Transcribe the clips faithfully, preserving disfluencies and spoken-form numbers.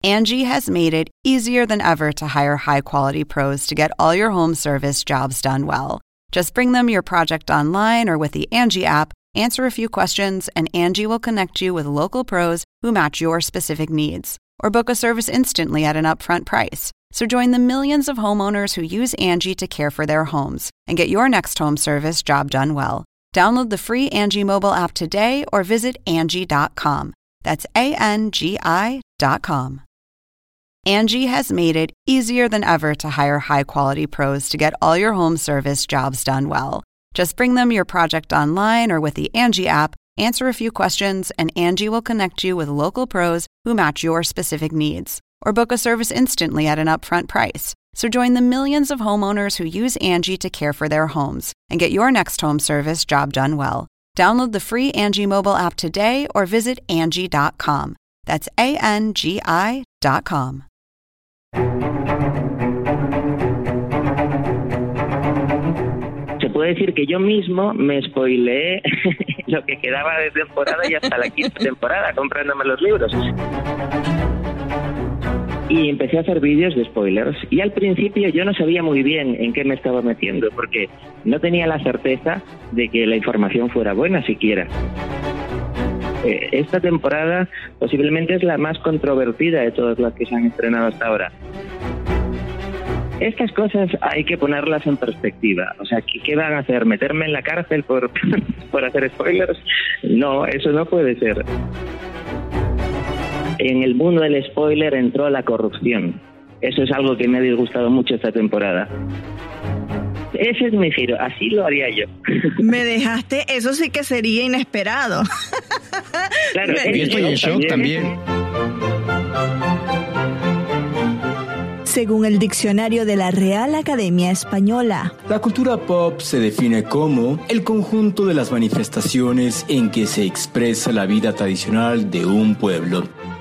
Angie has made it easier than ever to hire high-quality pros to get all your home service jobs done well. Just bring them your project online or with the Angie app, answer a few questions, and Angie will connect you with local pros who match your specific needs. Or book a service instantly at an upfront price. So join the millions of homeowners who use Angie to care for their homes and get your next home service job done well. Download the free Angie mobile app today or visit Angie dot com. That's A N G I dot com. Angie has made it easier than ever to hire high-quality pros to get all your home service jobs done well. Just bring them your project online or with the Angie app, answer a few questions, and Angie will connect you with local pros who match your specific needs. Or book a service instantly at an upfront price. So join the millions of homeowners who use Angie to care for their homes and get your next home service job done well. Download the free Angie mobile app today or visit Angie dot com. That's A N G I dot com. Se puede decir que yo mismo me spoileé lo que quedaba de temporada y hasta la quinta temporada comprándome los libros. Y empecé a hacer vídeos de spoilers. Y al principio yo no sabía muy bien en qué me estaba metiendo, porque no tenía la certeza de que la información fuera buena siquiera. Eh, esta temporada posiblemente es la más controvertida de todas las que se han estrenado hasta ahora. Estas cosas hay que ponerlas en perspectiva. O sea, ¿qué, qué van a hacer? ¿Meterme en la cárcel por, por hacer spoilers? No, eso no puede ser. En el mundo del spoiler entró la corrupción. Eso es algo que me ha disgustado mucho esta temporada. Ese es mi giro, así lo haría yo. Me dejaste, eso sí que sería inesperado. Claro, y estoy en shock también. Según el diccionario de la Real Academia Española, la cultura pop se define como el conjunto de las manifestaciones en que se expresa la vida tradicional de un pueblo.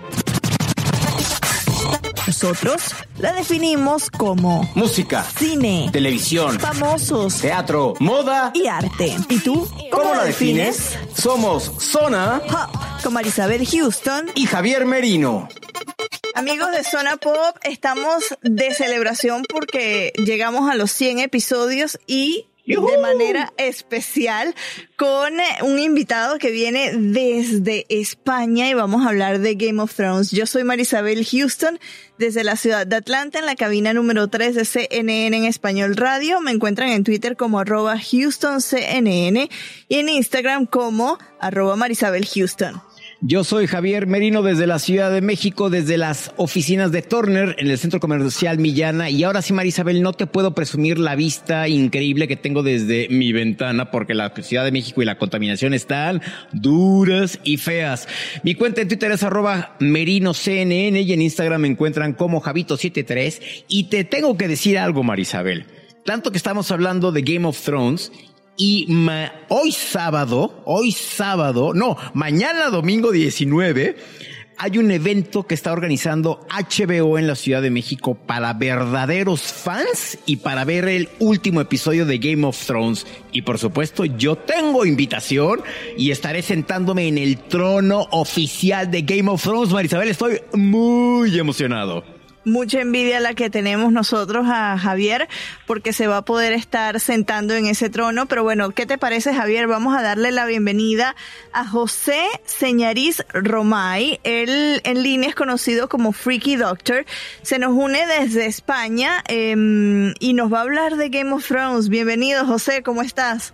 Nosotros la definimos como música, cine, televisión, famosos, teatro, moda y arte. ¿Y tú? ¿Cómo, ¿Cómo la defines? defines? Somos Zona Pop con Marisabel Houston y Javier Merino. Amigos de Zona Pop, estamos de celebración porque llegamos a los cien episodios y ¡yujú! De manera especial con un invitado que viene desde España y vamos a hablar de Game of Thrones. Yo soy Marisabel Houston desde la ciudad de Atlanta en la cabina número tres de C N N en Español Radio. Me encuentran en Twitter como arroba Houston C N N y en Instagram como arroba Marisabel Houston. Yo soy Javier Merino desde la Ciudad de México, desde las oficinas de Turner en el Centro Comercial Millana. Y ahora sí, Marisabel, no te puedo presumir la vista increíble que tengo desde mi ventana porque la Ciudad de México y la contaminación están duras y feas. Mi cuenta en Twitter es arroba MerinoCNN y en Instagram me encuentran como Javito setenta y tres. Y te tengo que decir algo, Marisabel. Tanto que estamos hablando de Game of Thrones. Y ma- hoy sábado, hoy sábado, no, mañana domingo diecinueve, hay un evento que está organizando H B O en la Ciudad de México para verdaderos fans y para ver el último episodio de Game of Thrones. Y por supuesto, yo tengo invitación y estaré sentándome en el trono oficial de Game of Thrones. Marisabel, estoy muy emocionado. Mucha envidia la que tenemos nosotros a Javier porque se va a poder estar sentando en ese trono. Pero bueno, ¿qué te parece, Javier? Vamos a darle la bienvenida a José Señariz Romay. Él en línea es conocido como Freaky Doctor. Se nos une desde España eh, y nos va a hablar de Game of Thrones. Bienvenido, José, ¿cómo estás?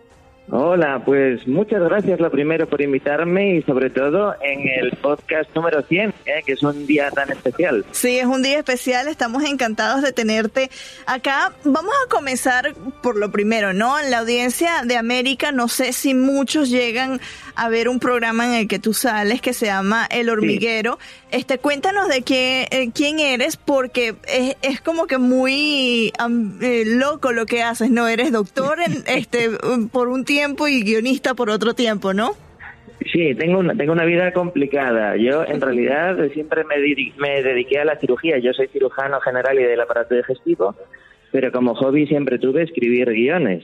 Hola, pues muchas gracias lo primero por invitarme y sobre todo en el podcast número cien, ¿eh? Que es un día tan especial. Sí, es un día especial, estamos encantados de tenerte acá. Vamos a comenzar por lo primero, ¿no? En la audiencia de América, no sé si muchos llegan a ver un programa en el que tú sales que se llama El Hormiguero. Sí. Este, cuéntanos de qué, eh, quién eres, porque es, es como que muy um, eh, loco lo que haces, ¿no? Eres doctor en, este, por un tiempo y guionista por otro tiempo, ¿no? Sí, tengo una, tengo una vida complicada. Yo, en realidad, siempre me, di- me dediqué a la cirugía. Yo soy cirujano general y del aparato digestivo, pero como hobby siempre tuve escribir guiones.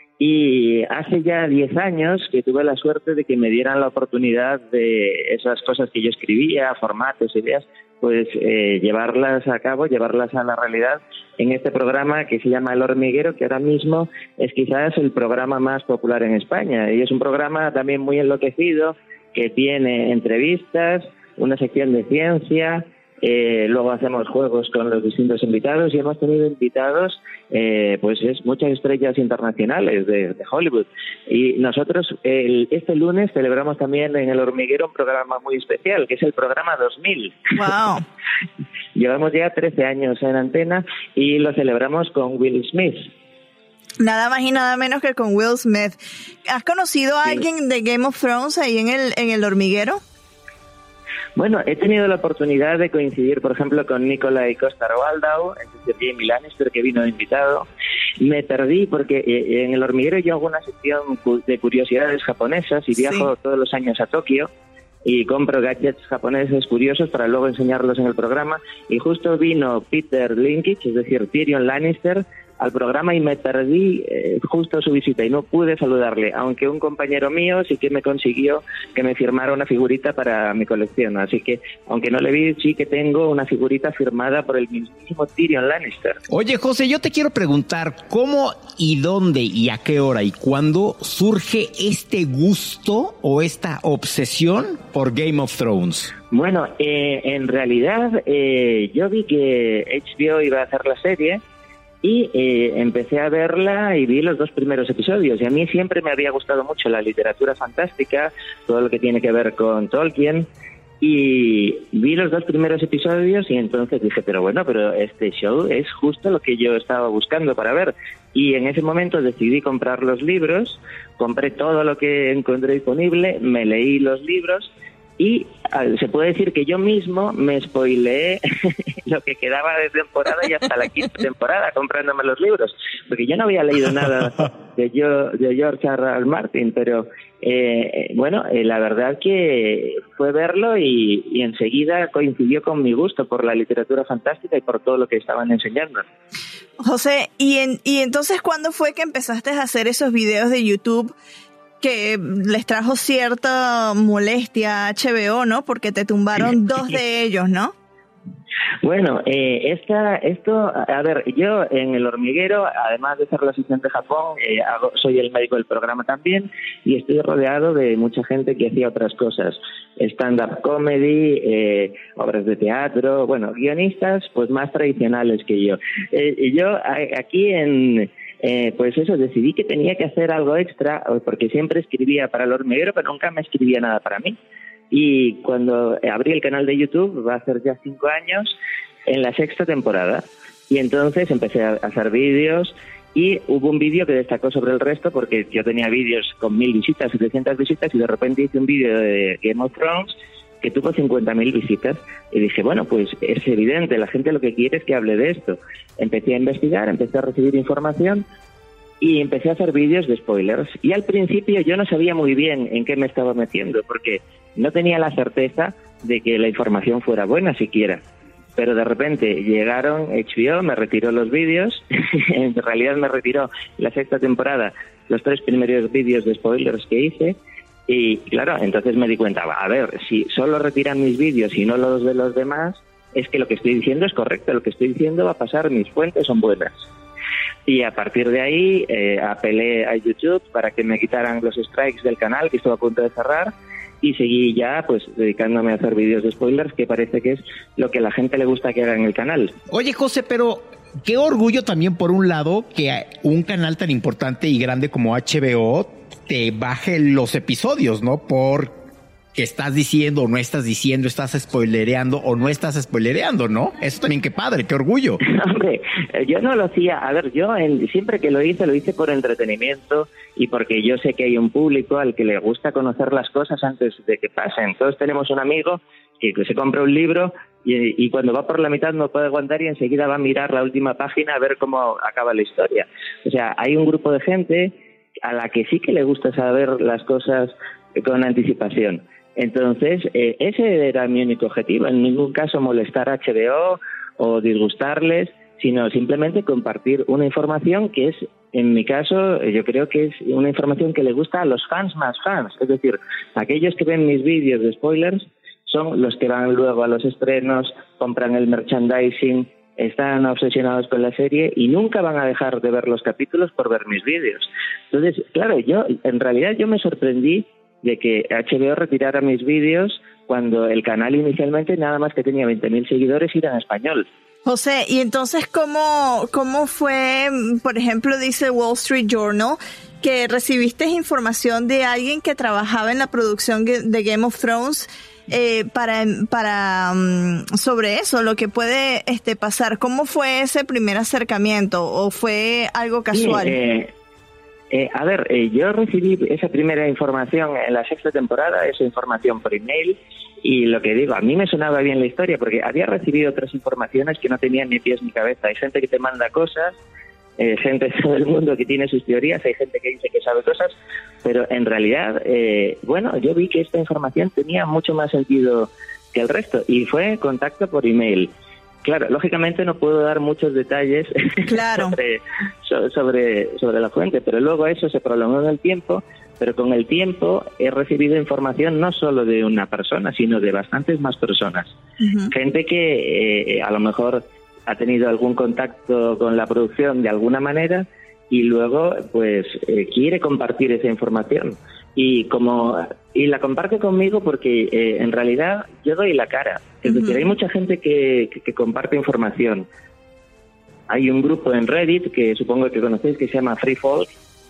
Y hace ya diez años que tuve la suerte de que me dieran la oportunidad de esas cosas que yo escribía, formatos, ideas, pues eh, llevarlas a cabo, llevarlas a la realidad en este programa que se llama El Hormiguero, que ahora mismo es quizás el programa más popular en España. Y es un programa también muy enloquecido, que tiene entrevistas, una sección de ciencia, eh, luego hacemos juegos con los distintos invitados y hemos tenido invitados, eh, pues es muchas estrellas internacionales de, de Hollywood. Y nosotros el, este lunes celebramos también en El Hormiguero un programa muy especial, que es el programa dos mil. ¡Wow! Llevamos ya trece años en antena y lo celebramos con Will Smith. Nada más y nada menos que con Will Smith. ¿Has conocido a Sí. alguien de Game of Thrones ahí en el, en el Hormiguero? Bueno, he tenido la oportunidad de coincidir, por ejemplo, con Nikolai Coster-Waldau, es decir, Jamie Lannister, que vino de invitado. Me perdí porque eh, en El Hormiguero yo hago una sección cu- de curiosidades japonesas y viajo Sí. todos los años a Tokio y compro gadgets japoneses curiosos para luego enseñarlos en el programa. Y justo vino Peter Dinklage, es decir, Tyrion Lannister, al programa y me perdí eh, justo su visita y no pude saludarle, aunque un compañero mío sí que me consiguió que me firmara una figurita para mi colección. Así que, aunque no le vi, sí que tengo una figurita firmada por el mismísimo Tyrion Lannister. Oye, José, yo te quiero preguntar cómo y dónde y a qué hora y cuándo surge este gusto o esta obsesión por Game of Thrones. Bueno, eh, en realidad eh, yo vi que H B O iba a hacer la serie y eh, empecé a verla y vi los dos primeros episodios. Y a mí siempre me había gustado mucho la literatura fantástica, todo lo que tiene que ver con Tolkien. Y vi los dos primeros episodios y entonces dije, pero bueno, pero este show es justo lo que yo estaba buscando para ver. Y en ese momento decidí comprar los libros, compré todo lo que encontré disponible, me leí los libros y se puede decir que yo mismo me spoileé lo que quedaba de temporada y hasta la quinta temporada comprándome los libros, porque yo no había leído nada de, yo, de George R. R. Martin, pero eh, bueno, eh, la verdad que fue verlo y, y enseguida coincidió con mi gusto por la literatura fantástica y por todo lo que estaban enseñando. José, ¿y, en, y entonces cuándo fue que empezaste a hacer esos videos de YouTube que les trajo cierta molestia a H B O, ¿no? Porque te tumbaron dos de ellos, ¿no? Bueno, eh, esta, esto, a ver, yo en El Hormiguero, además de ser la asistente de Japón, eh, hago, soy el médico del programa también y estoy rodeado de mucha gente que hacía otras cosas, stand-up comedy, eh, obras de teatro, bueno, guionistas pues más tradicionales que yo. Eh, y yo a, aquí en... Eh, pues eso, decidí que tenía que hacer algo extra, porque siempre escribía para El Hormiguero, pero nunca me escribía nada para mí. Y cuando abrí el canal de YouTube, va a ser ya cinco años, en la sexta temporada. Y entonces empecé a hacer vídeos y hubo un vídeo que destacó sobre el resto, porque yo tenía vídeos con mil visitas, setecientas visitas, y de repente hice un vídeo de Game of Thrones que tuvo cincuenta mil visitas y dije, bueno, pues es evidente, la gente lo que quiere es que hable de esto. Empecé a investigar, empecé a recibir información y empecé a hacer vídeos de spoilers. Y al principio yo no sabía muy bien en qué me estaba metiendo, porque no tenía la certeza de que la información fuera buena siquiera. Pero de repente llegaron H B O, me retiró los vídeos, en realidad me retiró la sexta temporada, los tres primeros vídeos de spoilers que hice. Y claro, entonces me di cuenta, a ver, si solo retiran mis vídeos y no los de los demás, es que lo que estoy diciendo es correcto, lo que estoy diciendo va a pasar, mis fuentes son buenas. Y a partir de ahí eh, apelé a YouTube para que me quitaran los strikes del canal, que estuvo a punto de cerrar, y seguí ya pues dedicándome a hacer vídeos de spoilers, que parece que es lo que a la gente le gusta que haga en el canal. Oye, José, pero qué orgullo también, por un lado, que un canal tan importante y grande como H B O te baje los episodios, ¿no? Por que estás diciendo o no estás diciendo, estás spoilereando o no estás spoilereando, ¿no? Eso también, qué padre, qué orgullo. Hombre, yo no lo hacía, a ver, yo en, siempre que lo hice, lo hice por entretenimiento y porque yo sé que hay un público al que le gusta conocer las cosas antes de que pasen. Todos tenemos un amigo que, que se compra un libro y, y cuando va por la mitad no puede aguantar y enseguida va a mirar la última página a ver cómo acaba la historia. O sea, hay un grupo de gente a la que sí que le gusta saber las cosas con anticipación. Entonces, eh, ese era mi único objetivo, en ningún caso molestar a H B O o disgustarles, sino simplemente compartir una información que es, en mi caso, yo creo que es una información que le gusta a los fans más fans, es decir, aquellos que ven mis vídeos de spoilers son los que van luego a los estrenos, compran el merchandising, están obsesionados con la serie y nunca van a dejar de ver los capítulos por ver mis vídeos. Entonces, claro, yo en realidad yo me sorprendí de que H B O retirara mis vídeos cuando el canal inicialmente nada más que tenía veinte mil seguidores y era en español. José, ¿y entonces cómo, cómo fue, por ejemplo, dice Wall Street Journal, que recibiste información de alguien que trabajaba en la producción de Game of Thrones eh, para, para um, sobre eso, lo que puede este pasar? ¿Cómo fue ese primer acercamiento o fue algo casual? Sí, eh, eh, a ver, eh, yo recibí esa primera información en la sexta temporada, esa información por email. Y lo que digo, a mí me sonaba bien la historia porque había recibido otras informaciones que no tenían ni pies ni cabeza. Hay gente que te manda cosas, eh, gente de todo el mundo que tiene sus teorías, hay gente que dice que sabe cosas, pero en realidad, eh, bueno, yo vi que esta información tenía mucho más sentido que el resto y fue contacto por email. Claro, lógicamente no puedo dar muchos detalles claro. sobre, sobre, sobre la fuente, pero luego eso se prolongó en el tiempo. Pero con el tiempo he recibido información no solo de una persona, sino de bastantes más personas. Uh-huh. Gente que eh, a lo mejor ha tenido algún contacto con la producción de alguna manera y luego pues eh, quiere compartir esa información. Y como y la comparte conmigo porque eh, en realidad yo doy la cara. Es uh-huh. decir, hay mucha gente que, que, que comparte información. Hay un grupo en Reddit que supongo que conocéis que se llama Free Folk.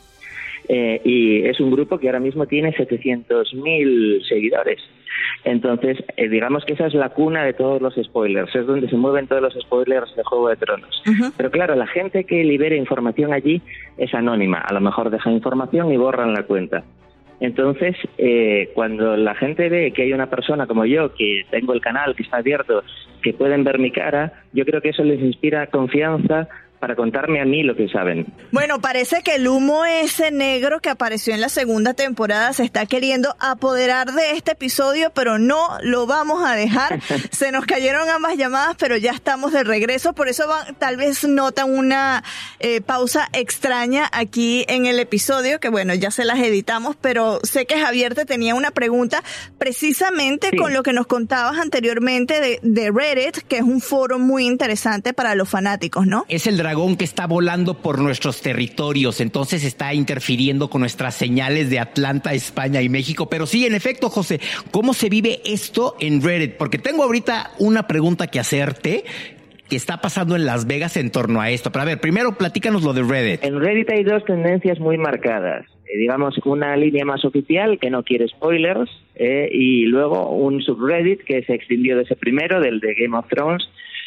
Eh, y es un grupo que ahora mismo tiene setecientos mil seguidores. Entonces, eh, digamos que esa es la cuna de todos los spoilers, es donde se mueven todos los spoilers de Juego de Tronos. Uh-huh. Pero claro, la gente que libera información allí es anónima, a lo mejor deja información y borran la cuenta. Entonces, eh, cuando la gente ve que hay una persona como yo, que tengo el canal, que está abierto, que pueden ver mi cara, yo creo que eso les inspira confianza para contarme a mí lo que saben. Bueno, parece que el humo ese negro que apareció en la segunda temporada se está queriendo apoderar de este episodio, pero no lo vamos a dejar. Se nos cayeron ambas llamadas, pero ya estamos de regreso. Por eso van, tal vez notan una eh, pausa extraña aquí en el episodio, que bueno, ya se las editamos, pero sé que Javier te tenía una pregunta precisamente sí. con lo que nos contabas anteriormente de, de Reddit, que es un foro muy interesante para los fanáticos, ¿no? Es el dragón que está volando por nuestros territorios, entonces está interfiriendo con nuestras señales de Atlanta, España y México. Pero sí, en efecto, José, ¿cómo se vive esto en Reddit? Porque tengo ahorita una pregunta que hacerte que está pasando en Las Vegas en torno a esto. Pero a ver, primero platícanos lo de Reddit. En Reddit hay dos tendencias muy marcadas. Eh, digamos, una línea más oficial que no quiere spoilers eh, y luego un subreddit que se extendió de ese primero, del de Game of Thrones.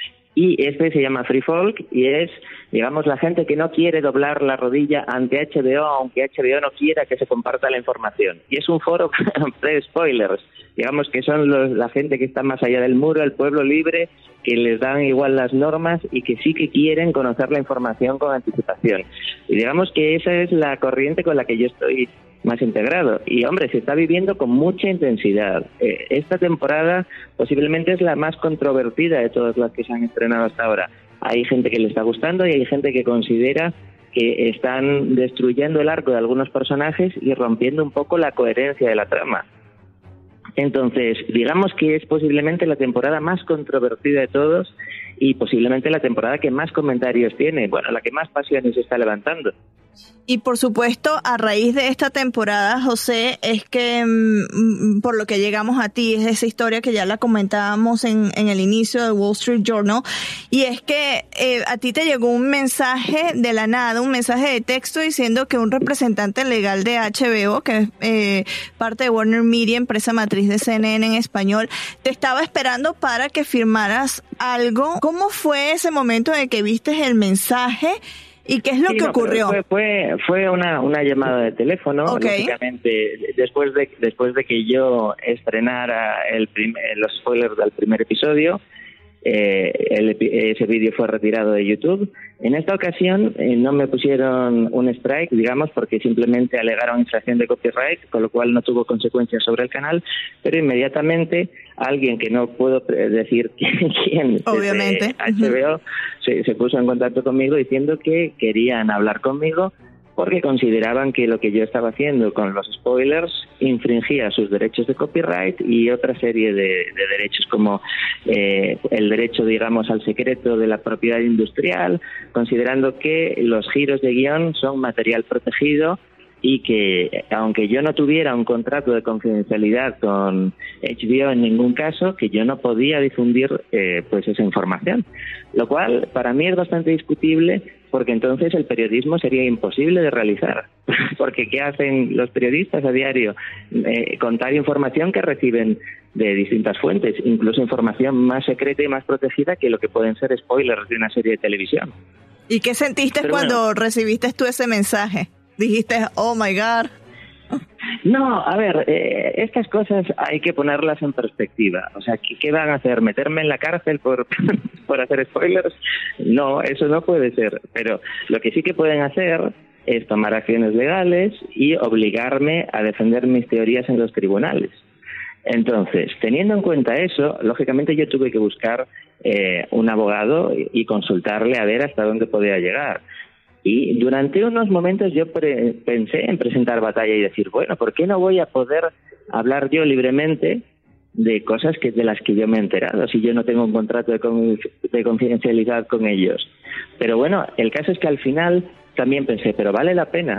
Y este se llama Free Folk y es, digamos, la gente que no quiere doblar la rodilla ante H B O, aunque H B O no quiera que se comparta la información. Y es un foro de spoilers. Digamos que son los, la gente que está más allá del muro, el pueblo libre, que les dan igual las normas y que sí que quieren conocer la información con anticipación. Y digamos que esa es la corriente con la que yo estoy más integrado. Y, hombre, se está viviendo con mucha intensidad. Eh, esta temporada posiblemente es la más controvertida de todas las que se han estrenado hasta ahora. Hay gente que le está gustando y hay gente que considera que están destruyendo el arco de algunos personajes y rompiendo un poco la coherencia de la trama. Entonces, digamos que es posiblemente la temporada más controvertida de todos y posiblemente la temporada que más comentarios tiene, bueno, la que más pasiones está levantando. Y por supuesto, a raíz de esta temporada, José, es que mmm, por lo que llegamos a ti, es esa historia que ya la comentábamos en, en el inicio de Wall Street Journal, y es que eh, a ti te llegó un mensaje de la nada, un mensaje de texto diciendo que un representante legal de H B O, que es eh, parte de Warner Media, empresa matriz de C N N en español, te estaba esperando para que firmaras algo. ¿Cómo fue ese momento en el que viste el mensaje? ¿Y qué es lo sí, que no, ocurrió? Fue, fue fue una una llamada de teléfono, okay. Lógicamente, después de después de que yo estrenara el primer, los spoilers del primer episodio, eh, el, ese vídeo fue retirado de YouTube. En esta ocasión eh, no me pusieron un strike, digamos, porque simplemente alegaron infracción de copyright, con lo cual no tuvo consecuencias sobre el canal, pero inmediatamente alguien que no puedo decir quién, obviamente, H B O, uh-huh. se, se puso en contacto conmigo diciendo que querían hablar conmigo porque consideraban que lo que yo estaba haciendo con los spoilers infringía sus derechos de copyright y otra serie de, de derechos como eh, el derecho, digamos, al secreto de la propiedad industrial, considerando que los giros de guión son material protegido y que aunque yo no tuviera un contrato de confidencialidad con H B O en ningún caso, que yo no podía difundir eh, pues esa información, lo cual para mí es bastante discutible, porque entonces el periodismo sería imposible de realizar, porque ¿qué hacen los periodistas a diario? Eh, contar información que reciben de distintas fuentes, incluso información más secreta y más protegida que lo que pueden ser spoilers de una serie de televisión. ¿Y qué sentiste Pero cuando bueno, recibiste tú ese mensaje? Dijiste, oh my God. No, a ver, eh, estas cosas hay que ponerlas en perspectiva. O sea, ¿qué, qué van a hacer? ¿Meterme en la cárcel por, por hacer spoilers? No, eso no puede ser. Pero lo que sí que pueden hacer es tomar acciones legales y obligarme a defender mis teorías en los tribunales. Entonces, teniendo en cuenta eso, lógicamente yo tuve que buscar eh, un abogado y, y consultarle a ver hasta dónde podía llegar. Y durante unos momentos yo pre- pensé en presentar batalla y decir, bueno, ¿por qué no voy a poder hablar yo libremente de cosas que de las que yo me he enterado si yo no tengo un contrato de, con- de confidencialidad con ellos? Pero bueno, el caso es que al final también pensé, pero vale la pena.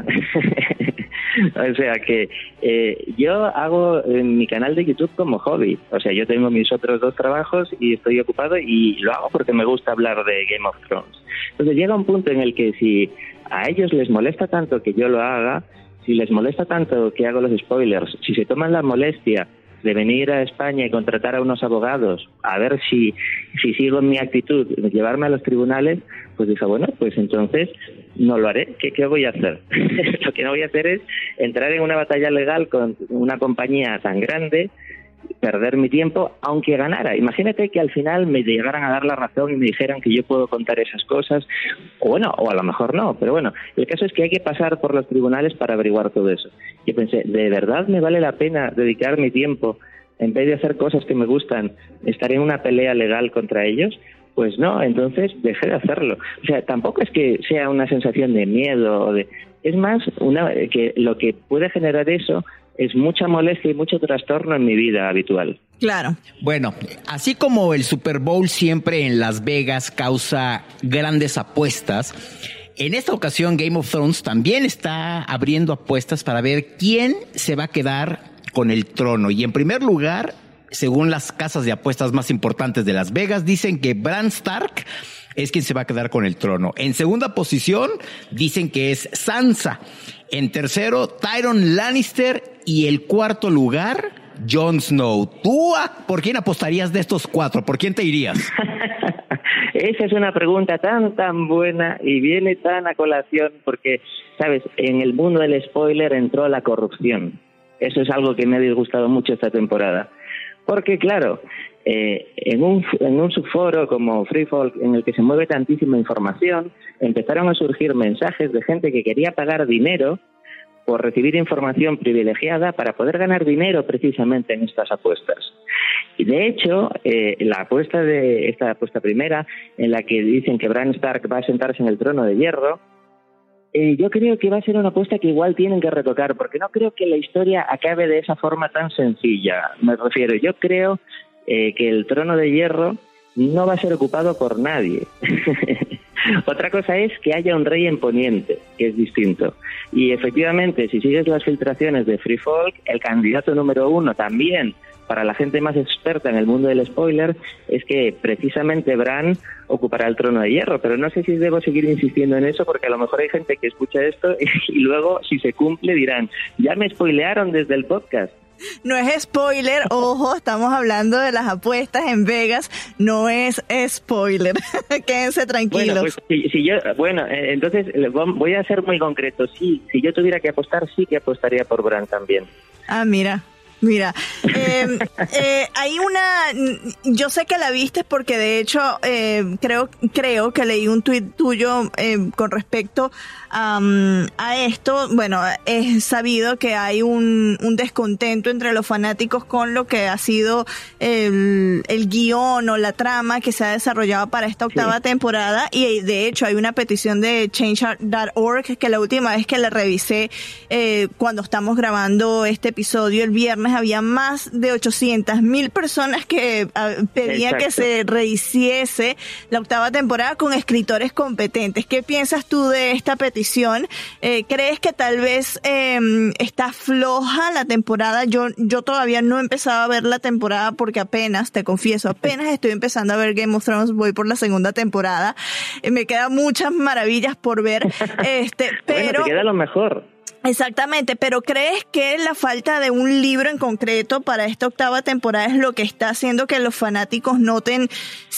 O sea que eh, yo hago en mi canal de YouTube como hobby. O sea, yo tengo mis otros dos trabajos y estoy ocupado y lo hago porque me gusta hablar de Game of Thrones. Entonces llega un punto en el que si a ellos les molesta tanto que yo lo haga, si les molesta tanto que hago los spoilers, si se toman la molestia de venir a España y contratar a unos abogados a ver si, si sigo en mi actitud, llevarme a los tribunales, pues dije, bueno, pues entonces no lo haré. ¿Qué, qué voy a hacer? Lo que no voy a hacer es entrar en una batalla legal con una compañía tan grande, perder mi tiempo, aunque ganara. Imagínate que al final me llegaran a dar la razón y me dijeran que yo puedo contar esas cosas, o bueno, o a lo mejor no, pero bueno, el caso es que hay que pasar por los tribunales para averiguar todo eso. Yo pensé, ¿de verdad me vale la pena dedicar mi tiempo, en vez de hacer cosas que me gustan, estar en una pelea legal contra ellos? Pues no, entonces dejé de hacerlo. O sea, tampoco es que sea una sensación de miedo, o de, es más una que lo que puede generar eso es mucha molestia y mucho trastorno en mi vida habitual. Claro. Bueno, así como el Super Bowl siempre en Las Vegas causa grandes apuestas, en esta ocasión Game of Thrones también está abriendo apuestas para ver quién se va a quedar con el trono. Y en primer lugar, según las casas de apuestas más importantes de Las Vegas, dicen que Bran Stark es quien se va a quedar con el trono. En segunda posición, dicen que es Sansa. En tercero, Tyrion Lannister. Y el cuarto lugar, Jon Snow. ¿Tú por quién apostarías de estos cuatro? ¿Por quién te irías? Esa es una pregunta tan, tan buena y viene tan a colación porque, ¿sabes? En el mundo del spoiler entró la corrupción. Eso es algo que me ha disgustado mucho esta temporada. Porque, claro, eh, en un en un subforo como Freefolk, en el que se mueve tantísima información, empezaron a surgir mensajes de gente que quería pagar dinero por recibir información privilegiada para poder ganar dinero precisamente en estas apuestas. Y de hecho, eh, la apuesta de esta apuesta primera, en la que dicen que Bran Stark va a sentarse en el trono de hierro, eh, yo creo que va a ser una apuesta que igual tienen que retocar, porque no creo que la historia acabe de esa forma tan sencilla. Me refiero, yo creo eh, que el trono de hierro no va a ser ocupado por nadie. Otra cosa es que haya un rey en Poniente, que es distinto. Y efectivamente, si sigues las filtraciones de Free Folk, el candidato número uno también, para la gente más experta en el mundo del spoiler, es que precisamente Bran ocupará el trono de hierro. Pero no sé si debo seguir insistiendo en eso, porque a lo mejor hay gente que escucha esto y luego, si se cumple, dirán, ya me spoilearon desde el podcast. No es spoiler, ojo, estamos hablando de las apuestas en Vegas, no es spoiler. Quédense tranquilos. Bueno, pues, si, si yo, bueno, eh, entonces voy a ser muy concreto. Sí, si yo tuviera que apostar, sí que apostaría por Bran también. Ah, mira. Mira, eh, eh, hay una, yo sé que la viste porque de hecho eh, creo creo que leí un tuit tuyo eh, con respecto um, a esto. Bueno, es sabido que hay un, un descontento entre los fanáticos con lo que ha sido el, el guión o la trama que se ha desarrollado para esta octava sí. temporada, y de hecho hay una petición de change punto org que la última vez que la revisé eh, cuando estamos grabando este episodio el viernes había más de ochocientas mil personas que uh, pedían Exacto. que se rehiciese la octava temporada con escritores competentes. ¿Qué piensas tú de esta petición? Eh, ¿Crees que tal vez eh, está floja la temporada? Yo, yo todavía no he empezado a ver la temporada porque apenas, te confieso, apenas estoy empezando a ver Game of Thrones, voy por la segunda temporada. Eh, me quedan muchas maravillas por ver, este, pero... Bueno, te queda lo mejor. Exactamente, pero ¿crees que la falta de un libro en concreto para esta octava temporada es lo que está haciendo que los fanáticos noten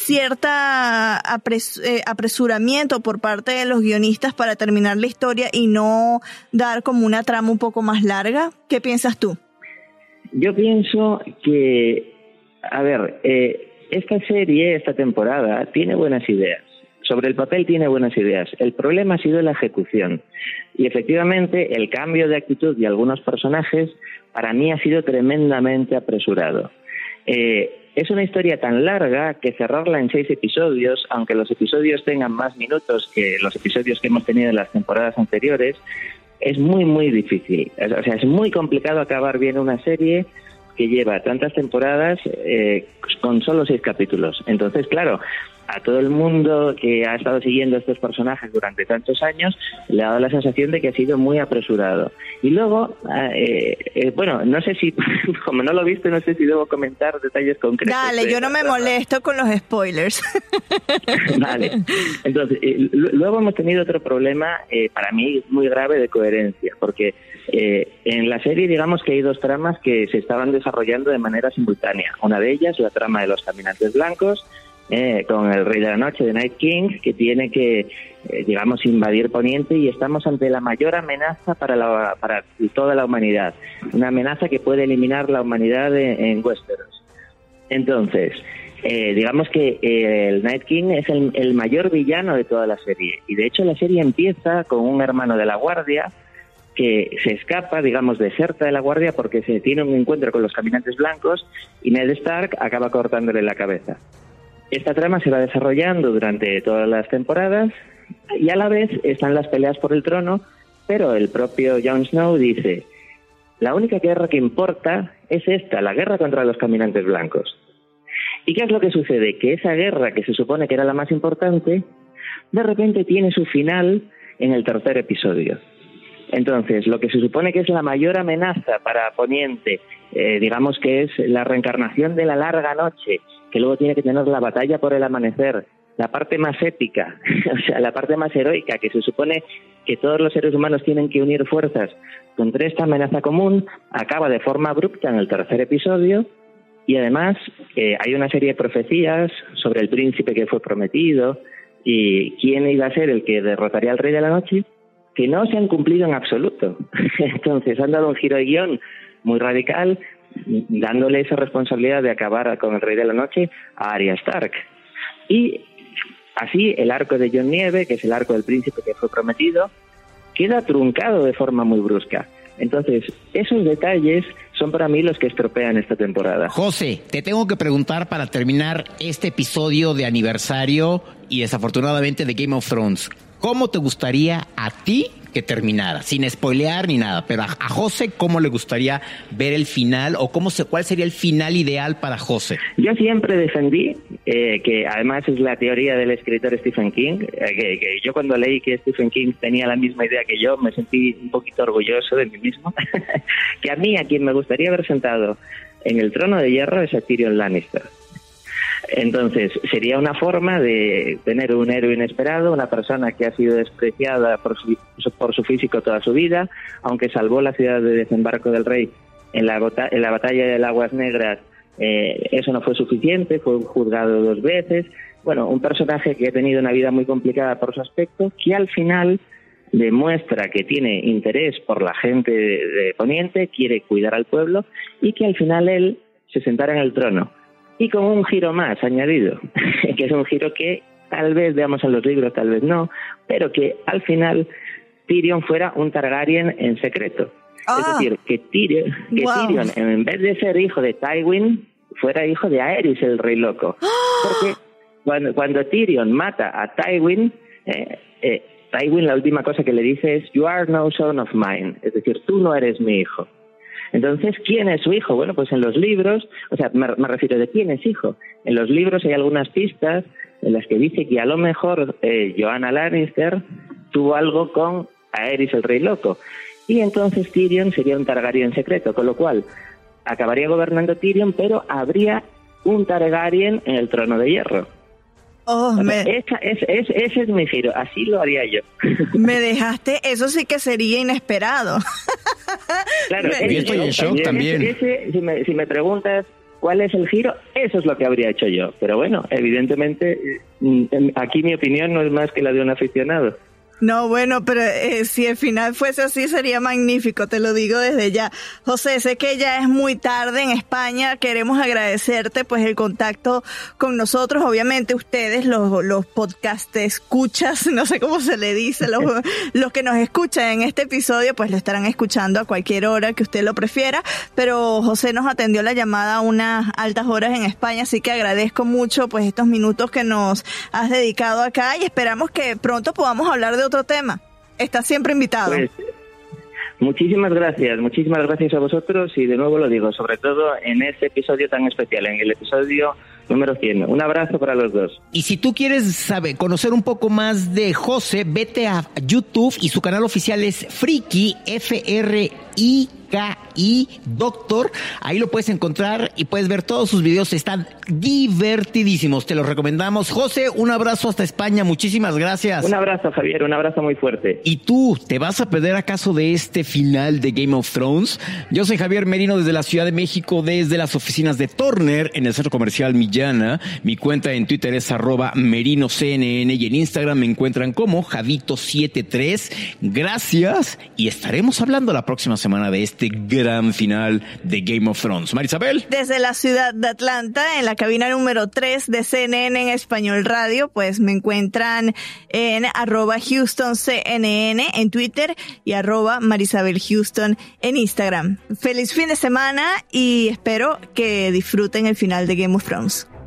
cierta apres- eh, apresuramiento por parte de los guionistas para terminar la historia y no dar como una trama un poco más larga? ¿Qué piensas tú? Yo pienso que, a ver, eh, esta serie, esta temporada, tiene buenas ideas. Sobre el papel tiene buenas ideas. El problema ha sido la ejecución. Y efectivamente, el cambio de actitud de algunos personajes, para mí, ha sido tremendamente apresurado. Eh, es una historia tan larga que cerrarla en seis episodios, aunque los episodios tengan más minutos que los episodios que hemos tenido en las temporadas anteriores, es muy, muy difícil. O sea, es muy complicado acabar bien una serie que lleva tantas temporadas eh, con solo seis capítulos. Entonces, claro, a todo el mundo que ha estado siguiendo a estos personajes durante tantos años le ha dado la sensación de que ha sido muy apresurado. Y luego, eh, eh, bueno, no sé si, como no lo he visto, no sé si debo comentar detalles concretos. Dale, yo no me molesto con los spoilers. Vale. Entonces, eh, luego hemos tenido otro problema, eh, para mí, muy grave de coherencia, porque eh, en la serie, digamos que hay dos tramas que se estaban desarrollando de manera simultánea. Una de ellas, la trama de los caminantes blancos, Eh, con el Rey de la Noche, de Night King, que tiene que, eh, digamos, invadir Poniente, y estamos ante la mayor amenaza para, la, para toda la humanidad. Una amenaza que puede eliminar la humanidad en, en Westeros. Entonces, eh, digamos que eh, el Night King es el, el mayor villano de toda la serie. Y de hecho la serie empieza con un hermano de la Guardia que se escapa, digamos, deserta de la Guardia porque se tiene un encuentro con los caminantes blancos y Ned Stark acaba cortándole la cabeza. Esta trama se va desarrollando durante todas las temporadas y a la vez están las peleas por el trono, pero el propio Jon Snow dice: la única guerra que importa es esta, la guerra contra los caminantes blancos. ¿Y qué es lo que sucede? Que esa guerra, que se supone que era la más importante, de repente tiene su final en el tercer episodio. Entonces, lo que se supone que es la mayor amenaza para Poniente, eh, digamos que es la reencarnación de la larga noche, que luego tiene que tener la batalla por el amanecer, la parte más épica, o sea, la parte más heroica, que se supone que todos los seres humanos tienen que unir fuerzas contra esta amenaza común, acaba de forma abrupta en el tercer episodio. Y además eh, hay una serie de profecías sobre el príncipe que fue prometido y quién iba a ser el que derrotaría al Rey de la Noche, que no se han cumplido en absoluto. Entonces han dado un giro de guión muy radical, dándole esa responsabilidad de acabar con el Rey de la Noche a Arya Stark. Y así el arco de Jon Nieve, que es el arco del príncipe que fue prometido, queda truncado de forma muy brusca. Entonces, esos detalles son para mí los que estropean esta temporada. José, te tengo que preguntar para terminar este episodio de aniversario y desafortunadamente de Game of Thrones. ¿Cómo te gustaría a ti que terminara? Sin spoilear ni nada, pero a, a José, ¿cómo le gustaría ver el final o cómo se, cuál sería el final ideal para José? Yo siempre defendí, eh, que además es la teoría del escritor Stephen King, eh, que, que yo cuando leí que Stephen King tenía la misma idea que yo, me sentí un poquito orgulloso de mí mismo, que a mí, a quien me gustaría haber sentado en el trono de hierro es a Tyrion Lannister. Entonces, sería una forma de tener un héroe inesperado, una persona que ha sido despreciada por su, por su físico toda su vida, aunque salvó la ciudad de Desembarco del Rey en la, en la batalla de Aguas Negras, eh, eso no fue suficiente, fue juzgado dos veces. Bueno, un personaje que ha tenido una vida muy complicada por su aspecto, que al final demuestra que tiene interés por la gente de, de Poniente, quiere cuidar al pueblo y que al final él se sentara en el trono. Y con un giro más añadido, que es un giro que tal vez veamos en los libros, tal vez no, pero que al final Tyrion fuera un Targaryen en secreto. Oh. Es decir, que Tyrion, que wow. Tyrion, en vez de ser hijo de Tywin, fuera hijo de Aerys, el rey loco. Oh. Porque cuando, cuando Tyrion mata a Tywin, eh, eh, Tywin la última cosa que le dice es "You are no son of mine", es decir, tú no eres mi hijo. Entonces, ¿quién es su hijo? Bueno, pues en los libros, o sea, me, me refiero de quién es hijo. En los libros hay algunas pistas en las que dice que a lo mejor eh, Joanna Lannister tuvo algo con Aerys, el rey loco. Y entonces Tyrion sería un Targaryen secreto, con lo cual acabaría gobernando Tyrion, pero habría un Targaryen en el trono de hierro. Oh, o sea, me... esa, es, es, ese es mi giro, así lo haría yo. Me dejaste, eso sí que sería inesperado. Claro, me... yo estoy en shock también. Ese, ese, si, me, si me preguntas cuál es el giro, eso es lo que habría hecho yo. Pero bueno, evidentemente, aquí mi opinión no es más que la de un aficionado. No, bueno, pero eh, si el final fuese así sería magnífico, te lo digo desde ya. José, sé que ya es muy tarde en España, queremos agradecerte pues el contacto con nosotros, obviamente ustedes, los, los podcast escuchas, no sé cómo se le dice, los, los que nos escuchan en este episodio pues lo estarán escuchando a cualquier hora que usted lo prefiera, pero José nos atendió la llamada a unas altas horas en España, así que agradezco mucho pues estos minutos que nos has dedicado acá y esperamos que pronto podamos hablar de otro tema. Estás siempre invitado. Pues, muchísimas gracias, muchísimas gracias a vosotros y de nuevo lo digo, sobre todo en este episodio tan especial, en el episodio número cien. Un abrazo para los dos. Y si tú quieres saber, conocer un poco más de José, vete a YouTube y su canal oficial es Friki, F R I K I Doctor. Ahí lo puedes encontrar y puedes ver todos sus videos. Están divertidísimos. Te los recomendamos. José, un abrazo hasta España. Muchísimas gracias. Un abrazo, Javier. Un abrazo muy fuerte. ¿Y tú, te vas a perder acaso de este final de Game of Thrones? Yo soy Javier Merino desde la Ciudad de México, desde las oficinas de Turner en el Centro Comercial Millana. Mi cuenta en Twitter es arroba MerinoCNN y en Instagram me encuentran como Javito setenta y tres. Gracias y estaremos hablando la próxima semana de este gran final de Game of Thrones. Marisabel. Desde la ciudad de Atlanta, en la cabina número tres de C N N en Español Radio, pues me encuentran en arroba Houston C N N en Twitter y arroba Marisabel Houston en Instagram. Feliz fin de semana y espero que disfruten el final de Game of Thrones.